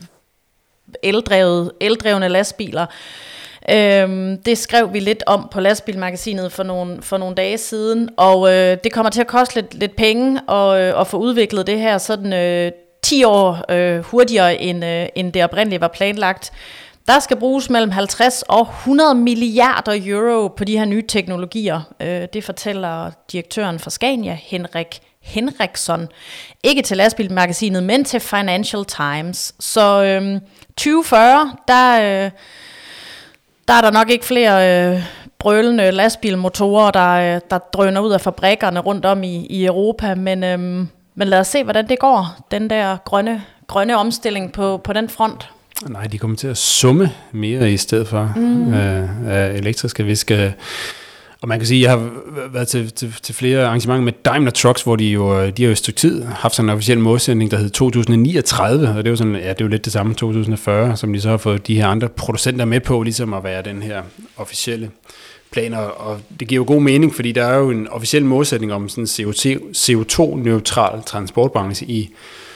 eldrevne lastbiler. Det skrev vi lidt om på Lastbilmagasinet for nogle dage siden, og det kommer til at koste lidt penge at få udviklet det her sådan 10 år hurtigere end det oprindeligt var planlagt. Der skal bruges mellem 50 og 100 milliarder euro på de her nye teknologier. Det fortæller direktøren for Scania, Henrik Henriksson. Ikke til Lastbilmagasinet, men til Financial Times. Så 2040, der er der nok ikke flere brølende lastbilmotorer, der drøner ud af fabrikkerne rundt om i Europa, men lad os se, hvordan det går, den der grønne omstilling på den front. Nej, de kommer til at summe mere i stedet for elektriske. Vi skal, og man kan sige, at jeg har været til flere arrangementer med Daimler Trucks, hvor de har jo et stykke tid haft sådan en officiel målsætning, der hed 2039, og det er jo sådan, ja, det er jo lidt det samme 2040, som de så har fået de her andre producenter med på, ligesom at være den her officielle planer, og det giver jo god mening, fordi der er jo en officiel målsætning om sådan en CO2-neutral transportbranche i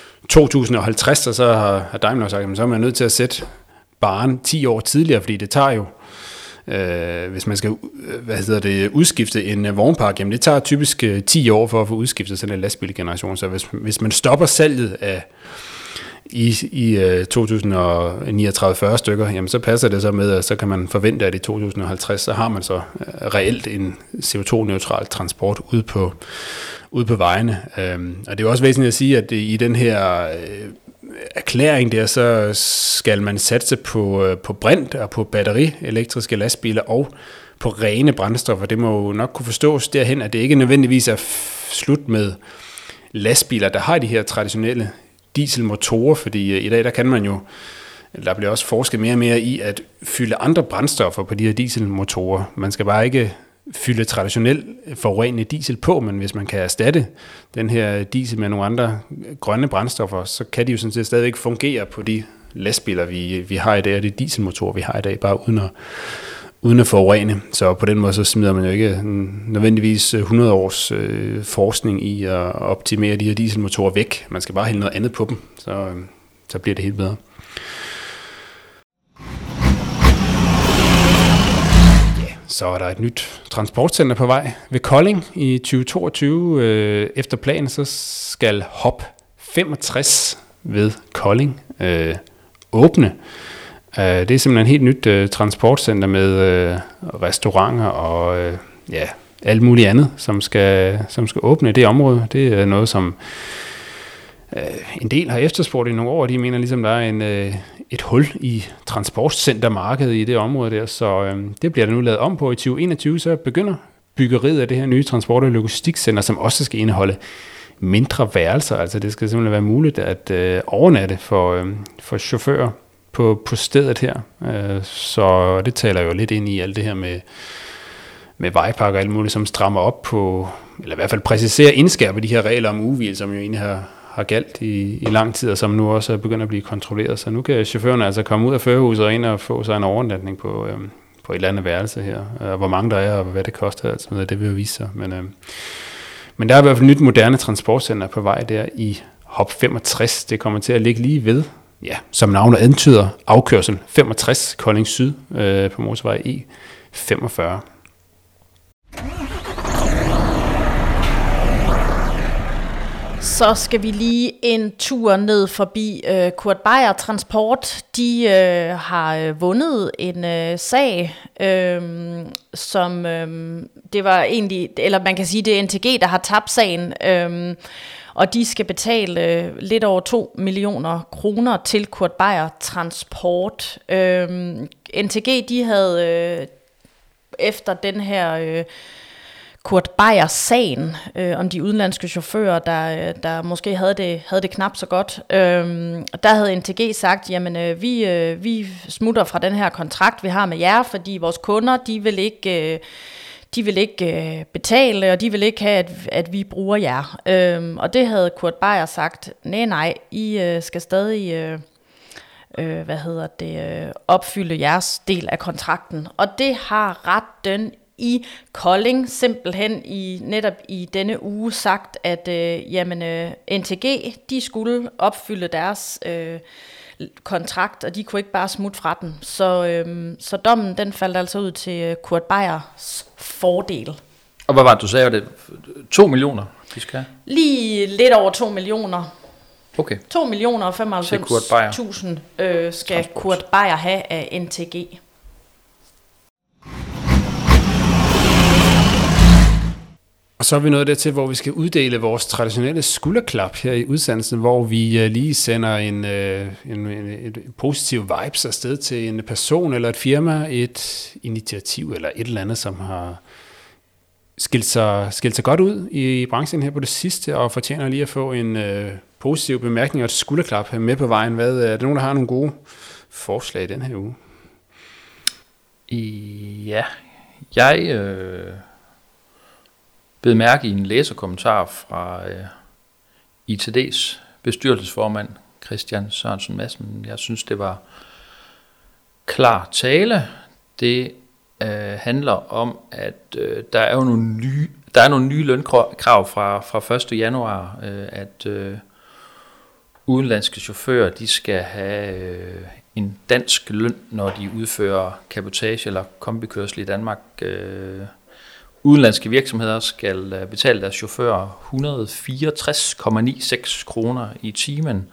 2050, og så har Daimler sagt, at så er man nødt til at sætte barren 10 år tidligere, fordi det tager jo, hvis man skal udskifte en vognpark, jamen det tager typisk 10 år for at få udskiftet sådan en lastbilgeneration, så hvis man stopper salget af i 2039-40 stykker, jamen så passer det så med, at så kan man forvente, at i 2050, så har man så reelt en CO2-neutral transport ude på vejene. Og det er jo også væsentligt at sige, at i den her erklæring der, så skal man satse på brint og på batterielektriske lastbiler og på rene brændstoffer. Det må jo nok kunne forstås derhen, at det ikke nødvendigvis er slut med lastbiler, der har de her traditionelle dieselmotorer, fordi i dag, der kan man jo, der bliver også forsket mere og mere i at fylde andre brændstoffer på de her dieselmotorer. Man skal bare ikke fylde traditionelt forurenende diesel på, men hvis man kan erstatte den her diesel med nogle andre grønne brændstoffer, så kan de jo sådan set stadigvæk fungere på de lastbiler, vi har i dag, og de dieselmotorer, vi har i dag, bare uden at forurene. Så på den måde, så smider man jo ikke nødvendigvis 100 års forskning i at optimere de her dieselmotorer væk. Man skal bare hælde noget andet på dem, så bliver det helt bedre. Så er der et nyt transportcenter på vej ved Kolding i 2022. Efter planen, så skal Hop 65 ved Kolding åbne. Det er simpelthen et helt nyt transportcenter med restauranter og alt muligt andet, som skal åbne i det område. Det er noget, som en del har efterspurgt i nogle år. De mener ligesom, der er et hul i transportcentermarkedet i det område der, så det bliver der nu lavet om på. I 2021 så begynder byggeriet af det her nye transport- og logistikcenter, som også skal indeholde mindre værelser. Altså det skal simpelthen være muligt at overnatte for chauffører på stedet her. Så det taler jo lidt ind i alt det her med vejpakker og alt muligt, som strammer op på, eller i hvert fald præciserer indskærper de her regler om ugehvil, som jo egentlig har galt i lang tid, og som nu også er begyndt at blive kontrolleret. Så nu kan chaufførerne altså komme ud af førerhuset og ind og få sig en overnatning på et eller andet værelse her. Hvor mange der er, og hvad det koster, altså, det vil jo vise sig. Men der er i hvert fald et nyt moderne transportcenter på vej der i Hop 65. Det kommer til at ligge lige ved, ja, som navnet antyder, afkørsel 65 Kolding Syd på motorvej E45. Så skal vi lige en tur ned forbi Kurt Beier Transport. De har vundet en sag, som det var egentlig, eller man kan sige, det er NTG, der har tabt sagen, og de skal betale lidt over 2 millioner kroner til Kurt Beier Transport. NTG, de havde efter den her Kurt Beier-sagen om de udenlandske chauffører, der måske havde det knap så godt. Der havde NTG sagt, jamen vi smutter fra den her kontrakt, vi har med jer, fordi vores kunder, de de vil ikke betale, og de vil ikke have, at vi bruger jer. Og det havde Kurt Beier sagt, nej, I skal stadig opfylde jeres del af kontrakten. Og det har retten i Kolding simpelthen netop i denne uge sagt, at NTG, de skulle opfylde deres kontrakt, og de kunne ikke bare smutte fra den. Så dommen, den faldt altså ud til Kurt Beiers fordel. Og hvad var det, du sagde? Var det 2 millioner, de skal have? Lige lidt over 2 millioner. Okay. 2 millioner og 95.000 skal Kurt Beier have af NTG. Og så er vi nået dertil, hvor vi skal uddele vores traditionelle skulderklap her i udsendelsen, hvor vi lige sender en positiv vibes afsted til en person eller et firma, et initiativ eller et eller andet, som har skilt sig godt ud i branchen her på det sidste, og fortjener lige at få en positiv bemærkning og et skulderklap med på vejen. Er der nogen, der har nogle gode forslag i den her uge? Ja, jeg bed mærke i en læserkommentar fra ITD's bestyrelsesformand Christian Sørensen Madsen. Jeg synes, det var klar tale. Det handler om, at der er nogle nye lønkrav fra 1. januar, at udenlandske chauffører, de skal have en dansk løn, når de udfører cabotage eller kombikørsel i Danmark. Udenlandske virksomheder skal betale deres chauffører 164,96 kroner i timen.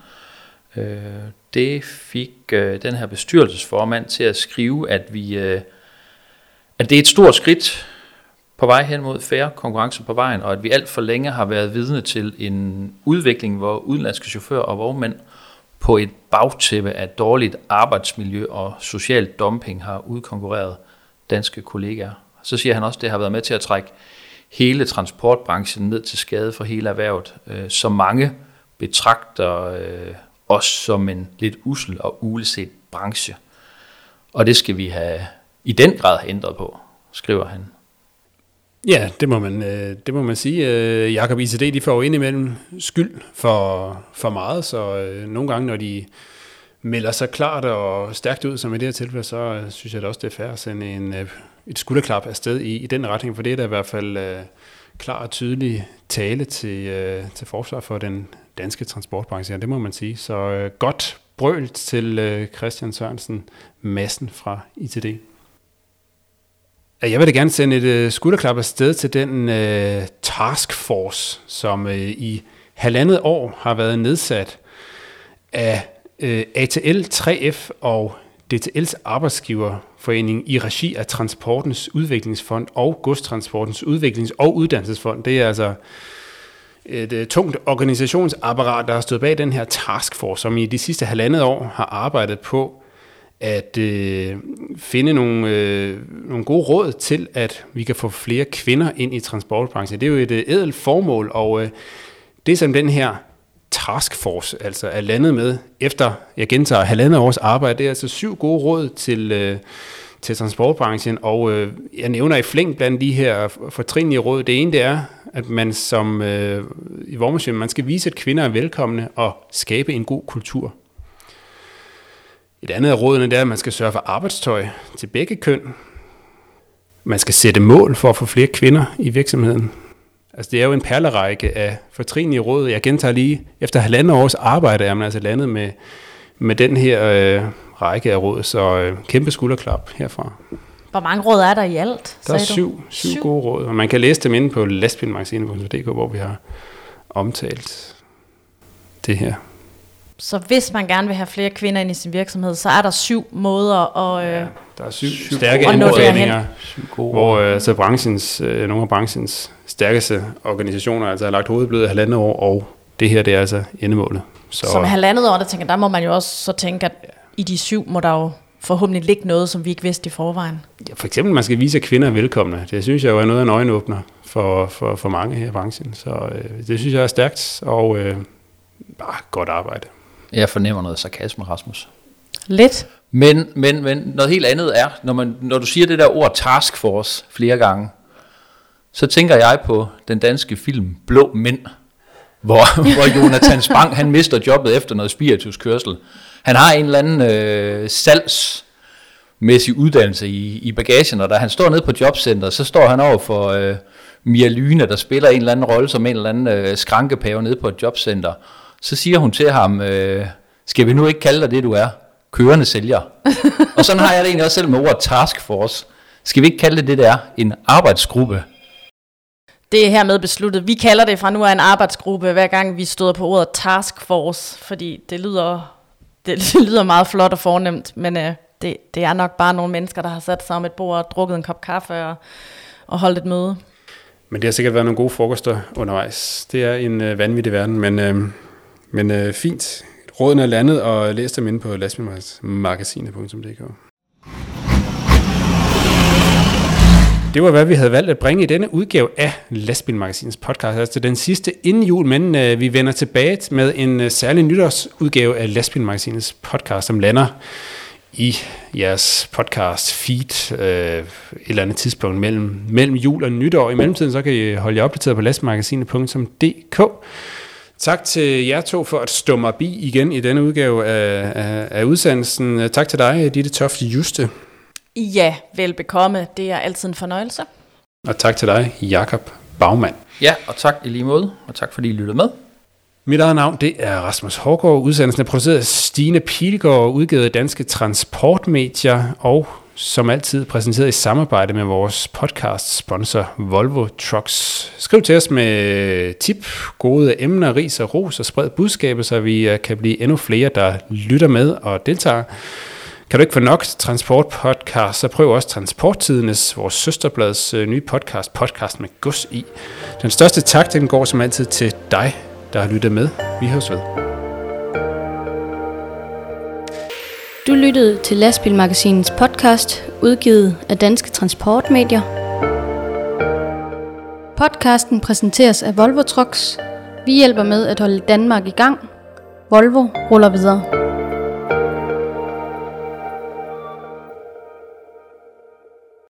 Det fik den her bestyrelsesformand til at skrive, at det er et stort skridt på vej hen mod fair konkurrence på vejen, og at vi alt for længe har været vidne til en udvikling, hvor udenlandske chauffører og vognmænd på et bagtæppe af dårligt arbejdsmiljø og social dumping har udkonkurreret danske kollegaer. Så siger han også, at det har været med til at trække hele transportbranchen ned til skade for hele erhvervet, så mange betragter os som en lidt ussel og uleset branche. Og det skal vi have i den grad have ændret på, skriver han. Ja, det må man sige. Jakob ICD, de får jo indimellem skyld for meget, så nogle gange, når de melder sig klart og stærkt ud, som i det her tilfælde, så synes jeg da også, det er fair at sende et skulderklap afsted i den retning, for det er da i hvert fald klar og tydelig tale til forsvar for den danske transportbranche, ja, det må man sige. Så godt brøl til Christian Sørensen Madsen fra ITD. Jeg vil da gerne sende et skulderklap afsted til den taskforce, som i 1,5 år har været nedsat af ATL, 3F og DTL's arbejdsgiverforening i regi af Transportens Udviklingsfond og Godstransportens Udviklings- og Uddannelsesfond. Det er altså et tungt organisationsapparat, der har stået bag den her taskforce, som i de sidste 1,5 år har arbejdet på at finde nogle gode råd til, at vi kan få flere kvinder ind i transportbranchen. Det er jo et ædelt formål, og det som den her taskforce altså er landet med, efter, jeg gentager, 1,5 års arbejde, det er altså 7 gode råd til transportbranchen, og jeg nævner i flæng blandt de her fortrinlige råd. Det ene, det er, at man som i vognmandsfirma, man skal vise, at kvinder er velkomne og skabe en god kultur. Et andet af rådene, det er, at man skal sørge for arbejdstøj til begge køn. Man skal sætte mål for at få flere kvinder i virksomheden. Altså det er jo en perlerække af fortrinlige råd. Jeg gentager lige, efter 1,5 års arbejde er man altså landet med den her række af råd, så kæmpe skulderklap herfra. Hvor mange råd er der i alt? Der er 7 gode råd, og man kan læse dem inde på lastbilmagasinet.dk, hvor vi har omtalt det her. Så hvis man gerne vil have flere kvinder ind i sin virksomhed, så er der 7 måder at der er 7 stærke anbefalinger, hvor så nogle af branchens stærkeste organisationer altså har lagt hovedblød 1,5 år, og det her, det er altså endemålet. Så som 1,5 år, der må man jo også så tænke, at i de 7 må der jo forhåbentlig ligge noget, som vi ikke vidste i forvejen. Ja, for eksempel, man skal vise, at kvinder er velkomne. Det synes jeg jo er noget af en øjenåbner for mange her i branchen. Så det synes jeg er stærkt, og bare godt arbejde. Jeg fornemmer noget sarkasme, Rasmus. Lidt. Men noget helt andet er, når du siger det der ord taskforce flere gange, så tænker jeg på den danske film Blå Mænd, hvor Jonathan Spang, han mister jobbet efter noget spirituskørsel. Han har en eller anden salgsmæssig uddannelse i bagagen, og da han står nede på jobcenter, så står han over for Mia Lyne, der spiller en eller anden rolle som en eller anden skrankepave nede på et jobcenter. Så siger hun til ham, skal vi nu ikke kalde dig det, du er? Kørende sælger. Og sådan har jeg det egentlig også selv med ordet taskforce. Skal vi ikke kalde det er? En arbejdsgruppe. Det er hermed besluttet. Vi kalder det fra nu af en arbejdsgruppe, hver gang vi støder på ordet taskforce, fordi det lyder meget flot og fornemt, men det er nok bare nogle mennesker, der har sat sig om et bord og drukket en kop kaffe og holdt et møde. Men det har sikkert været nogle gode frokoster undervejs. Det er en vanvittig verden, men fint. Rådene er landet, og læs dem inde på lastbilmagasinet.dk. Det var, hvad vi havde valgt at bringe i denne udgave af Lastbilmagasinets podcast. Altså den sidste inden jul, men vi vender tilbage med en særlig nytårsudgave af Lastbilmagasinets podcast, som lander i jeres podcast feed et eller andet tidspunkt mellem jul og nytår. I mellemtiden så kan I holde jer opdateret på lastbilmagasinet.dk. Tak til jer to for at stå mig bi igen i denne udgave af udsendelsen. Tak til dig, Ditte Toft Juste. Ja, velbekomme. Det er altid en fornøjelse. Og tak til dig, Jakob Baumann. Ja, og tak i lige måde, og tak fordi I lyttede med. Mit eget navn, det er Rasmus Hårgaard. Udsendelsen er produceret af Stine Pilgaard og udgivet af Danske Transportmedier, og som altid præsenteret i samarbejde med vores podcast-sponsor Volvo Trucks. Skriv til os med tip, gode emner, ris og ros og spred budskaber, så vi kan blive endnu flere, der lytter med og deltager. Kan du ikke få nok transportpodcast, så prøv også Transporttidenes, vores søsterblads nye podcast med gods i. Den største tak, den går som altid til dig, der har lyttet med. Vi høres ved. Du lyttede til Lastbilmagasinets podcast, udgivet af Danske Transportmedier. Podcasten præsenteres af Volvo Trucks. Vi hjælper med at holde Danmark i gang. Volvo ruller videre.